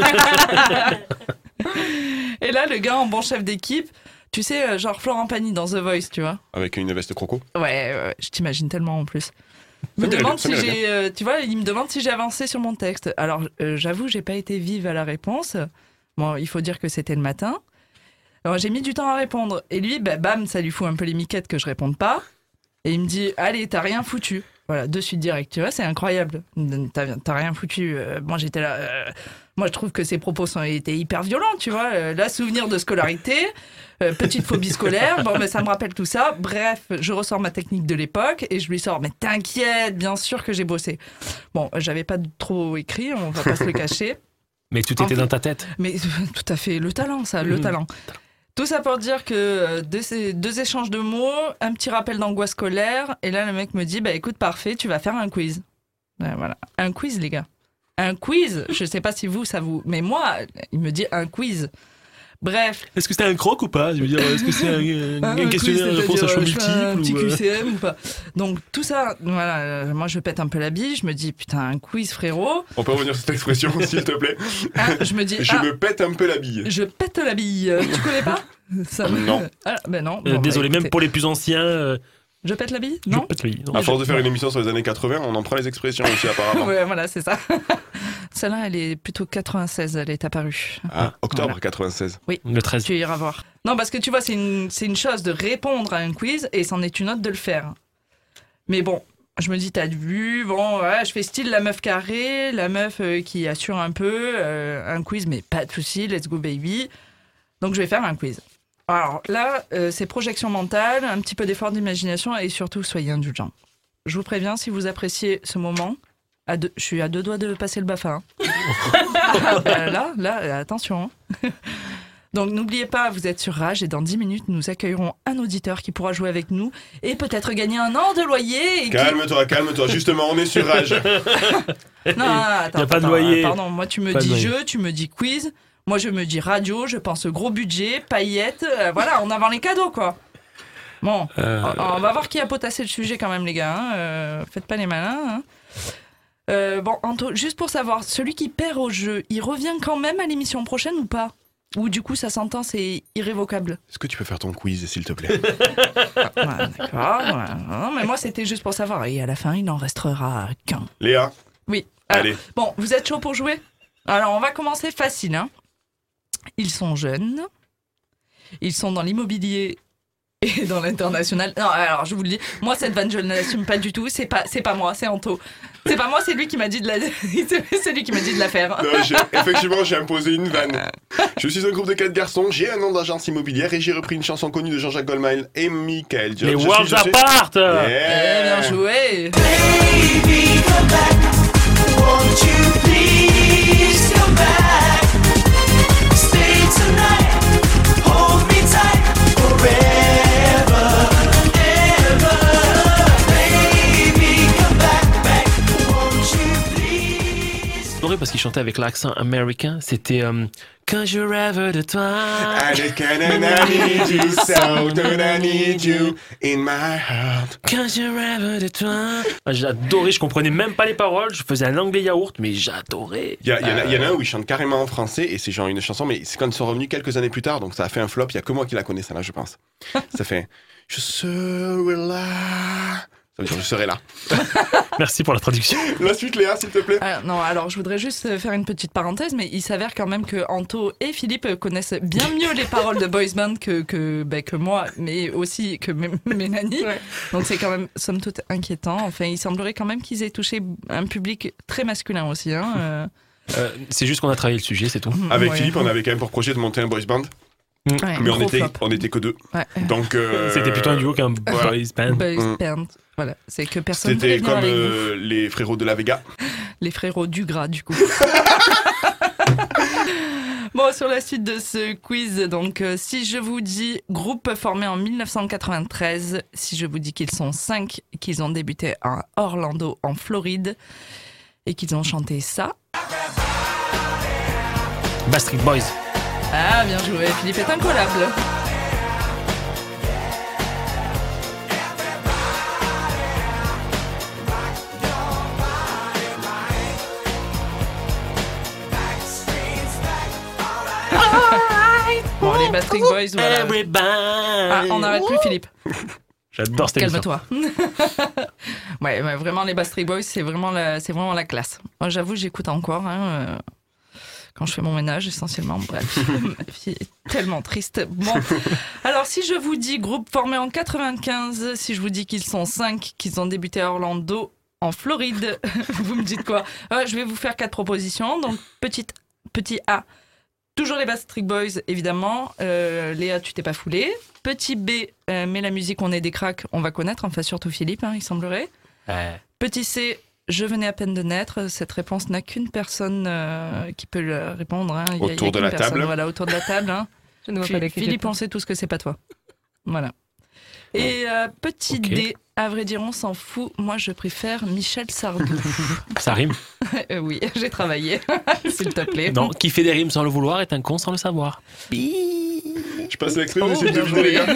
Et là, le gars en bon chef d'équipe, tu sais, euh, genre Florent Pagny dans The Voice, tu vois. Avec une veste croco. Ouais, ouais, je t'imagine tellement en plus. Il me Ça demande m'irait si bien. j'ai, euh, tu vois, il me demande si j'ai avancé sur mon texte. Alors, euh, j'avoue, j'ai pas été vive à la réponse. Bon, il faut dire que c'était le matin. Alors, j'ai mis du temps à répondre. Et lui, bah, bam, ça lui fout un peu les miquettes que je réponde pas. Et il me dit, allez, t'as rien foutu. Voilà, de suite direct, tu vois, c'est incroyable. T'as, t'as rien foutu. Euh, moi, j'étais là. Euh, moi, je trouve que ses propos ont été hyper violents, tu vois. Euh, là, souvenir de scolarité, euh, petite phobie scolaire. Bon, mais ça me rappelle tout ça. Bref, je ressors ma technique de l'époque et je lui sors, mais t'inquiète, bien sûr que j'ai bossé. Bon, j'avais pas trop écrit, on va pas se le cacher. Mais tout était En fait, dans ta tête. Mais tout à fait, le talent, ça, le Mmh. talent. Tout ça pour dire que euh, deux, ces- deux échanges de mots, un petit rappel d'angoisse scolaire, et là le mec me dit, bah écoute, parfait, tu vas faire un quiz. Ouais, voilà, un quiz les gars. Un quiz, je sais pas si vous, ça vous... Mais moi, il me dit un quiz. Bref. Est-ce que c'était un croc ou pas? Je veux dire, est-ce que c'est un, un, un questionnaire à réponse à choix multiple un petit ou, euh, Q C M ou pas. Donc tout ça, voilà, euh, moi je pète un peu la bille, je me dis, putain, un quiz frérot. On peut revenir sur cette expression, s'il te plaît. Hein, je me dis, Je ah, me pète un peu la bille. je pète la bille. Euh, Tu connais pas ça me- Non. Ah, ben non. euh, Bon, bah, désolé, même écoutez. pour les plus anciens. euh, Je pète la bille? Non. je pète le lit. Non, À je- force de faire une émission sur les années quatre-vingts, on en prend les expressions aussi, apparemment. Ouais, voilà, c'est ça. Celle-là, elle est plutôt quatre-vingt-seize, elle est apparue. Ah, octobre Voilà. quatre-vingt-seize. Oui, Le treize. tu iras voir. Non, parce que tu vois, c'est une, c'est une chose de répondre à un quiz et c'en est une autre de le faire. Mais bon, je me dis, t'as vu, bon, ouais, je fais style la meuf carrée, la meuf euh, qui assure un peu, euh, un quiz, mais pas de souci, let's go baby. Donc je vais faire un quiz. Alors là, euh, c'est projection mentale, un petit peu d'effort d'imagination et surtout, soyez indulgents. Je vous préviens, si vous appréciez ce moment, à deux, je suis à deux doigts de passer le B A F A. Hein. Ah, ben là, là, attention. Hein. Donc n'oubliez pas, vous êtes sur Rage et dans dix minutes, nous accueillerons un auditeur qui pourra jouer avec nous et peut-être gagner un an de loyer. Et qui- Calme-toi, calme-toi. Justement, on est sur Rage. Non, non, attends, Y a pas de attends, loyer. Pardon, moi tu me Pas de dis loyer. jeu, tu me dis quiz. Moi je me dis radio, je pense gros budget, paillettes. euh, voilà, on avant les cadeaux quoi. Bon, Euh, on, on va voir qui a potassé le sujet quand même les gars. Hein. Euh, faites pas les malins. Hein. Euh, bon, Anto, juste pour savoir, celui qui perd au jeu, il revient quand même à l'émission prochaine ou pas? Ou du coup ça s'entend, c'est irrévocable? Est-ce que tu peux faire ton quiz, s'il te plaît? Ouais, d'accord. Ouais. Non, mais moi c'était juste pour savoir. Et à la fin, il n'en restera qu'un. Léa? Oui. Alors, Allez. bon, vous êtes chaud pour jouer? Alors, on va commencer facile. Hein. Ils sont jeunes. Ils sont dans l'immobilier et dans l'international. Non, alors, je vous le dis, moi, cette vanne, je ne l'assume pas du tout. C'est pas, c'est pas moi, c'est Anto. C'est pas moi, c'est lui qui m'a dit de la, c'est lui qui m'a dit de la faire. Non, j'ai- effectivement, j'ai imposé une vanne. Je suis un groupe de quatre garçons, j'ai un nom d'agence immobilière et j'ai repris une chanson connue de Jean-Jacques Goldman et Michael Jones. Les Je suis- Worlds je suis- Apart. Yeah. Eh, bien joué. Baby, come back. Won't you please come back? Stay tonight. Hold me tight forever and ever. Baby, come back, back. Won't you please? J'ai adoré parce qu'il chantait avec l'accent américain. C'était euh, Quand je rêve de toi. I just kinda need you so, don't I need you in my heart. Quand je rêve de toi. Ah, j'adorais, je comprenais même pas les paroles. Je faisais un anglais yaourt, mais j'adorais. Il y, a- il y en a- il y en a Euh, un où il chante carrément en français et c'est genre une chanson, mais c'est quand ils sont revenus quelques années plus tard, donc ça a fait un flop. Il y a que moi qui la connais, ça là, je pense. Ça fait Je serai là. Ça veut dire je serai là. Merci pour la traduction. La suite, Léa, s'il te plaît. Ah, non, alors je voudrais juste faire une petite parenthèse, mais il s'avère quand même que Anto et Philippe connaissent bien mieux les paroles de Boys Band que, que, ben, que moi, mais aussi que M- Mélanie. Ouais. Donc c'est quand même, somme toute, inquiétant. Enfin, il semblerait quand même qu'ils aient touché un public très masculin aussi. Hein. euh. Euh, c'est juste qu'on a travaillé le sujet, c'est tout. Avec Ouais. Philippe, on avait quand même pour projet de monter un boys band. Ouais, Mais on gros était, flop. on était que deux. Ouais. Donc, euh, C'était plutôt un duo qu'un voilà. boys band. Boys Mm. band. Voilà, c'est que personne ne C'était voulait venir comme avec euh, les frérots de la Vega. vous. Les frérots du gras, du coup. Bon, sur la suite de ce quiz, donc, euh, si je vous dis groupe formé en mille neuf cent quatre-vingt-treize, si je vous dis qu'ils sont cinq, qu'ils ont débuté à Orlando, en Floride, et qu'ils ont chanté ça. Backstreet Boys. Ah, bien joué, Philippe est incollable. Bon, les Backstreet Boys, voilà. Ah, on n'arrête plus, Philippe. J'adore cette émission. Calme-toi. ouais, ouais, vraiment, les Backstreet Boys, c'est vraiment la, c'est vraiment la classe. Moi, j'avoue, j'écoute encore hein, euh, quand je fais mon ménage, essentiellement. Bref, ma fille est tellement triste. Bon, alors, si je vous dis groupe formé en quatre-vingt-quinze, si je vous dis qu'ils sont cinq, qu'ils ont débuté à Orlando, en Floride, vous me dites quoi? euh, Je vais vous faire quatre propositions. Donc, petite, petit A. Toujours les Backstreet Boys, évidemment. Euh, Léa, tu t'es pas foulée. Petit B, euh, mais la musique, on est des cracks, on va connaître. Enfin, surtout Philippe, hein, il semblerait. Ouais. Petit C, je venais à peine de naître. Cette réponse n'a qu'une personne euh, qui peut le répondre. Hein. Il y a- il y a Autour de qu'une la personne, table. Voilà, autour de la table. Hein. Je ne vois Phi- pas laquelle Philippe, est- on sait tous que c'est pas toi. Voilà. Et euh, petit Ok. D, à vrai dire, on s'en fout. Moi, je préfère Michel Sardou. Ça rime. Euh, oui, j'ai travaillé, s'il te plaît. Non, qui fait des rimes sans le vouloir est un con sans le savoir. Je passe l'extrait, vous Oh, essayez de bien deviner, les joué. gars.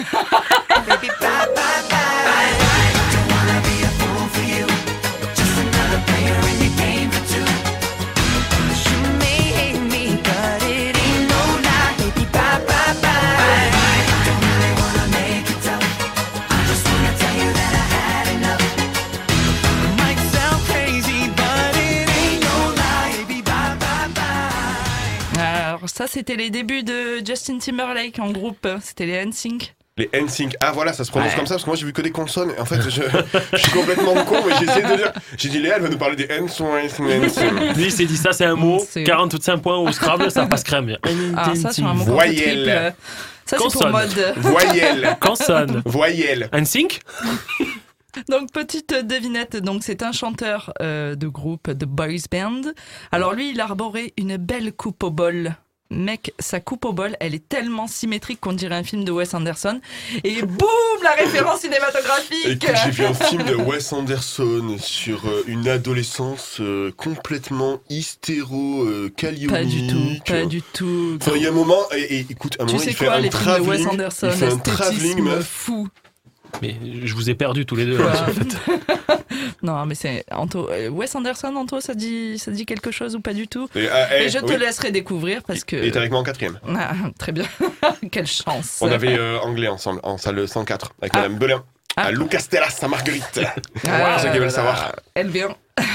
Alors ça, c'était les débuts de Justin Timberlake en groupe. C'était les N Sync. Les N Sync. Ah voilà, ça se prononce Ouais. comme ça parce que moi j'ai vu que des consonnes. En fait, je, je suis complètement con, mais j'ai essayé de dire. J'ai dit Léa, elle va nous parler des N Sync. Lui, il s'est dit ça, c'est un mot. C'est- quarante-cinq points au Scrabble, ça passe crème. Ah, ça, sur un mot Voyelle. triple. euh, Ça, c'est pour Consonne. mode. Voyelle. Consonne. Voyelle. Un sync. Donc, petite devinette. Donc, c'est un chanteur euh, de groupe de boys band. Alors, lui, il arborait une belle coupe au bol. Mec, sa coupe au bol, elle est tellement symétrique qu'on dirait un film de Wes Anderson. Et boum, la référence cinématographique. Écoute, j'ai vu un film de Wes Anderson sur euh, une adolescence euh, complètement hystéro euh, calionique. Pas du tout, pas du tout. Enfin, il y a un moment, et, et écoute, un Tu moment, sais il fait quoi, un les films de Wes travelling. Anderson, Il fait un travelling, esthétisme meuf. fou. Mais je vous ai perdu tous les deux. là, en fait. Non, mais c'est Anto, euh, Wes Anderson, Anto, ça dit, ça dit quelque chose ou pas du tout? Et, ah, eh, Et je te oui. laisserai découvrir parce que. Il était avec moi en quatrième. Ah, très bien. Quelle chance. On avait euh, anglais ensemble, en salle cent quatre, avec Ah. Madame Belin, Ah. à Lucas Terras, à Marguerite. Ah, Pour ceux qui veulent là, savoir. Elle vient.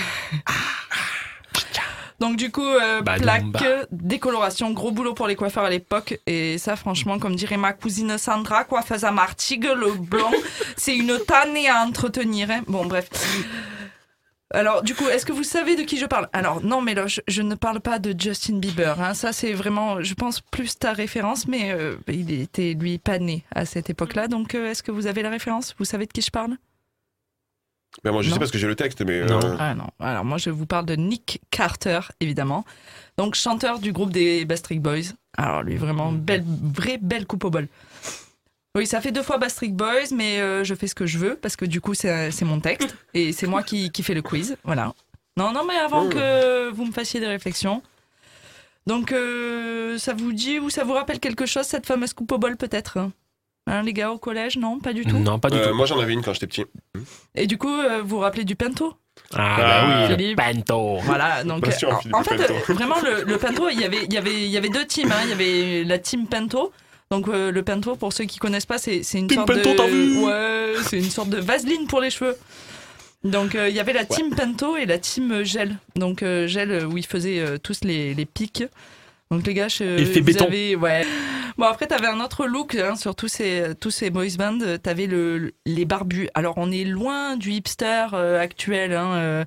Donc du coup, euh, Bah, plaque, donc, bah. décoloration, gros boulot pour les coiffeurs à l'époque. Et ça, franchement, comme dirait ma cousine Sandra, coiffeuse à Martigues, le blond, c'est une tannée à entretenir. Hein. Bon, bref. Alors, du coup, est-ce que vous savez de qui je parle? Alors, non, mais là, je, je ne parle pas de Justin Bieber. Hein. Ça, c'est vraiment, je pense, plus ta référence, mais euh, il était, lui, pas né à cette époque-là. Donc, euh, est-ce que vous avez la référence? Vous savez de qui je parle? Ben moi je Non. sais parce que j'ai le texte, mais. euh, Non. Ah non, alors moi je vous parle de Nick Carter, évidemment. Donc chanteur du groupe des Backstreet Boys. Alors lui, vraiment, belle, vraie belle coupe au bol. Oui, ça fait deux fois Backstreet Boys, mais euh, je fais ce que je veux, parce que du coup c'est c'est mon texte, et c'est moi qui, qui fais le quiz, voilà. Non, non, mais avant Mmh. que vous me fassiez des réflexions. Donc euh, ça vous dit, ou ça vous rappelle quelque chose, cette fameuse coupe au bol peut-être? Hein, les gars au collège, non, pas du tout. Non, pas du euh, tout. Moi j'en avais une quand j'étais petit. Et du coup, euh, vous vous rappelez du Pinto? Ah, Ah, bah oui, le Philippe. Pinto. Voilà, donc Bien sûr, euh, Philippe en fait, Pinto. euh, vraiment le, le Pinto, il y avait, il y avait, il y avait deux teams. Hein. Il y avait la team Pinto. Donc euh, le Pinto, pour ceux qui connaissent pas, c'est, c'est une Team sorte Pinto, de, t'as vu ouais, c'est une sorte de vaseline pour les cheveux. Donc euh, il y avait la team Pinto et la team Gel. Donc euh, Gel euh, où ils faisaient euh, tous les, les pics. Donc les gars, je, Effet vous béton. avez, ouais. Bon après t'avais un autre look hein, sur tous ces tous ces boys bands. T'avais le les barbus. Alors on est loin du hipster euh, actuel. Hein, euh,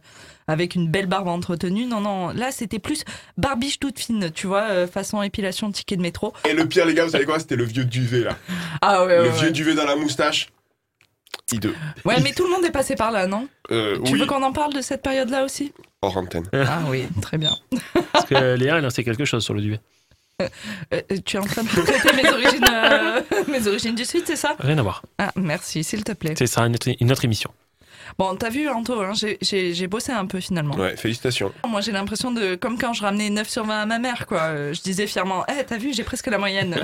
avec une belle barbe entretenue. Non, non, là, c'était plus barbiche toute fine, tu vois, euh, façon épilation ticket de métro. Et le pire, les gars, vous savez quoi? C'était le vieux duvet, là. Ah ouais, Le ouais, vieux ouais. duvet dans la moustache. Hideux. Ouais, mais tout le monde est passé par là, non? Euh, Tu oui. veux qu'on en parle de cette période-là aussi? Hors antenne. Ah oui, très bien. Parce que Léa, elle en sait quelque chose sur le duvet. Euh, euh, tu es en train de traiter mes origines, euh, mes origines du Sud, c'est ça? Rien à voir. Ah, merci, s'il te plaît. C'est ça, une autre, une autre émission. Bon, t'as vu, Anto, hein, j'ai- j'ai j'ai bossé un peu finalement. Ouais, félicitations. Moi, j'ai l'impression de. Comme quand je ramenais neuf sur vingt à ma mère, quoi. Euh, Je disais fièrement, hé, t'as vu, j'ai presque la moyenne.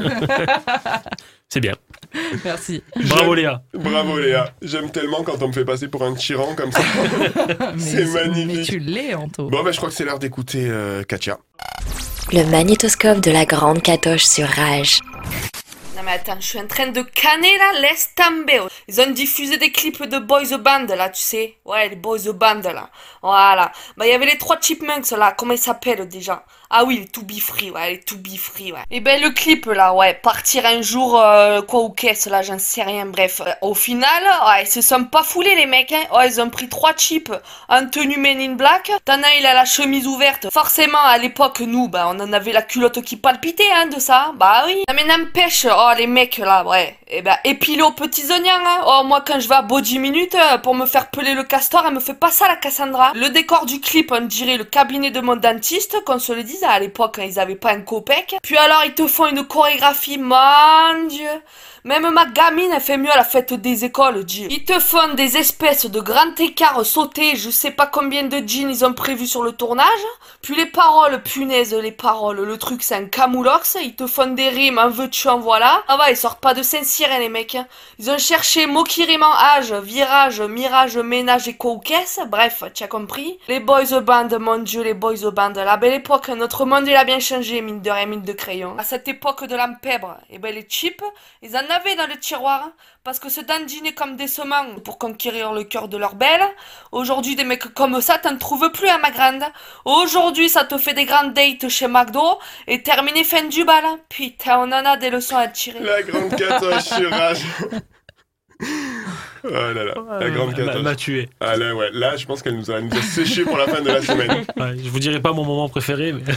C'est bien. Merci. Bravo Léa. Bravo Léa. J'aime tellement quand on me fait passer pour un tyran comme ça. c'est magnifique. Mais tu l'es, Anto. Bon, bah, je crois que c'est l'heure d'écouter euh, Katia. Le magnétoscope de la grande Katoche sur Rage. Non mais attends, je suis en train de canner là, laisse tomber. Ils ont diffusé des clips de boys band là, tu sais. Ouais, les boys band là. Voilà. Bah il y avait les trois chipmunks là, comment ils s'appellent déjà? Ah oui, les To Be Free, ouais, les To Be Free, ouais. Et ben le clip là, ouais, partir un jour, euh, quoi ou qu'est-ce là, j'en sais rien, bref. Euh, au final, ouais, ils se sont pas foulés les mecs, hein. Ouais, ils ont pris trois chips en tenue Men in Black. T'en as, il a la chemise ouverte. Forcément, à l'époque, nous, bah on en avait la culotte qui palpitait, hein, de ça. Bah oui. Non mais n'empêche, oh les mecs là, ouais. Et ben épilés aux petits oignons, hein. Oh moi quand je vais à Body Minute euh, pour me faire peler le castor, elle me fait pas ça la Cassandra. Le décor du clip, on dirait le cabinet de mon dentiste, qu'on se le dise. À l'époque, quand ils avaient pas un copec. Puis alors, ils te font une chorégraphie, mon Dieu. Même ma gamine, elle fait mieux à la fête des écoles, Dieu. Ils te font des espèces de grands écarts sautés, je sais pas combien de jeans ils ont prévu sur le tournage. Puis les paroles, punaise, les paroles, le truc c'est un camoulox. Ils te font des rimes, en veux-tu, en voilà. Ah ouais, ils sortent pas de Saint-Cyr, les mecs. Ils ont cherché mot qui rime en âge, virage, mirage, ménage et co ou caisse. Bref, tu as compris. Les boys band, mon Dieu, les boys band. La belle époque, notre monde il a bien changé, mine de rien, mine de crayon. À cette époque de l'empèbre, et ben les chips, ils en avaient dans le tiroir, parce que se dandiner comme des sements pour conquérir le cœur de leur belle. Aujourd'hui, des mecs comme ça, t'en trouves plus, hein, ma grande. Aujourd'hui, ça te fait des grandes dates chez McDo et terminé fin du bal. Putain, on en a des leçons à tirer. La grande Katoche sur Rage. Oh là là, la grande Elle m'a- Katoche. m'a tué. Ah là, ouais, là, je pense qu'elle nous a, elle nous a séché pour la fin de la semaine. Ouais, je vous dirai pas mon moment préféré, mais.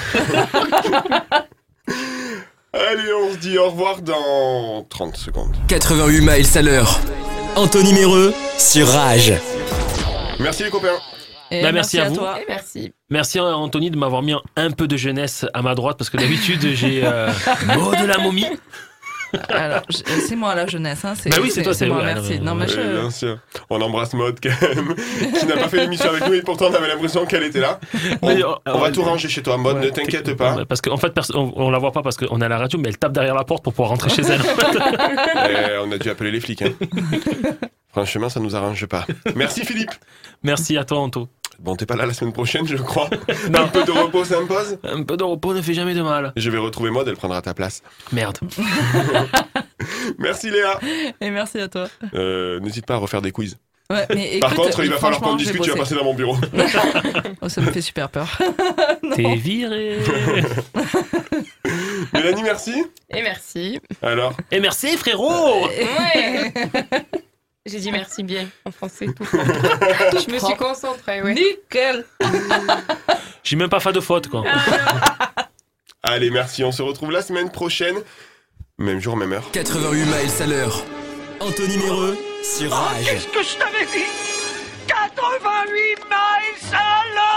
Allez, on se dit au revoir dans trente secondes. quatre-vingt-huit miles à l'heure. Anthony Méreux sur Rage. Merci les copains. Et Bah, merci, à, vous. toi. Et merci. Merci à Anthony de m'avoir mis un peu de jeunesse à ma droite parce que d'habitude j'ai euh, Maud de la momie. Alors, je- c'est moi la jeunesse, hein. Bah oui, c'est toi, c'est moi, ouais, merci. non, Non, mais Oui, je- bien sûr. On embrasse Maud quand même, qui n'a pas fait l'émission avec nous et pourtant on avait l'impression qu'elle était là. On, Mais, on euh, va euh, tout ranger chez toi, Maud, Ouais, ne t'inquiète pas. Parce qu'en fait, perso- on, on la voit pas parce qu'on est à la radio, mais elle tape derrière la porte pour pouvoir rentrer chez elle. Eh, on a dû appeler les flics. Hein. Franchement, ça nous arrange pas. Merci Philippe. Merci à toi, Anto. Bon, t'es pas là la semaine prochaine, je crois. Non. Un peu de repos s'impose. Un peu de repos ne fait jamais de mal. Je vais retrouver Maud, elle prendra ta place. Merde. Merci Léa. Et merci à toi. Euh, N'hésite pas à refaire des quiz. Ouais, mais Par écoute, contre, il va falloir qu'on franchement, discute, j'ai tu vas bossé. passer dans mon bureau. Oh, ça me fait super peur. T'es viré. Mélanie, merci. Et merci. Alors Et merci, frérot. Ouais. J'ai dit merci bien en français tout fort. Je me suis concentrée, ouais. Nickel. J'ai même pas fait de faute, quoi. Allez, merci, on se retrouve la semaine prochaine. Même jour, même heure. quatre-vingt-huit miles à l'heure. Anthony Méreux sur Rage. Qu'est-ce que je t'avais dit? quatre-vingt-huit miles à l'heure.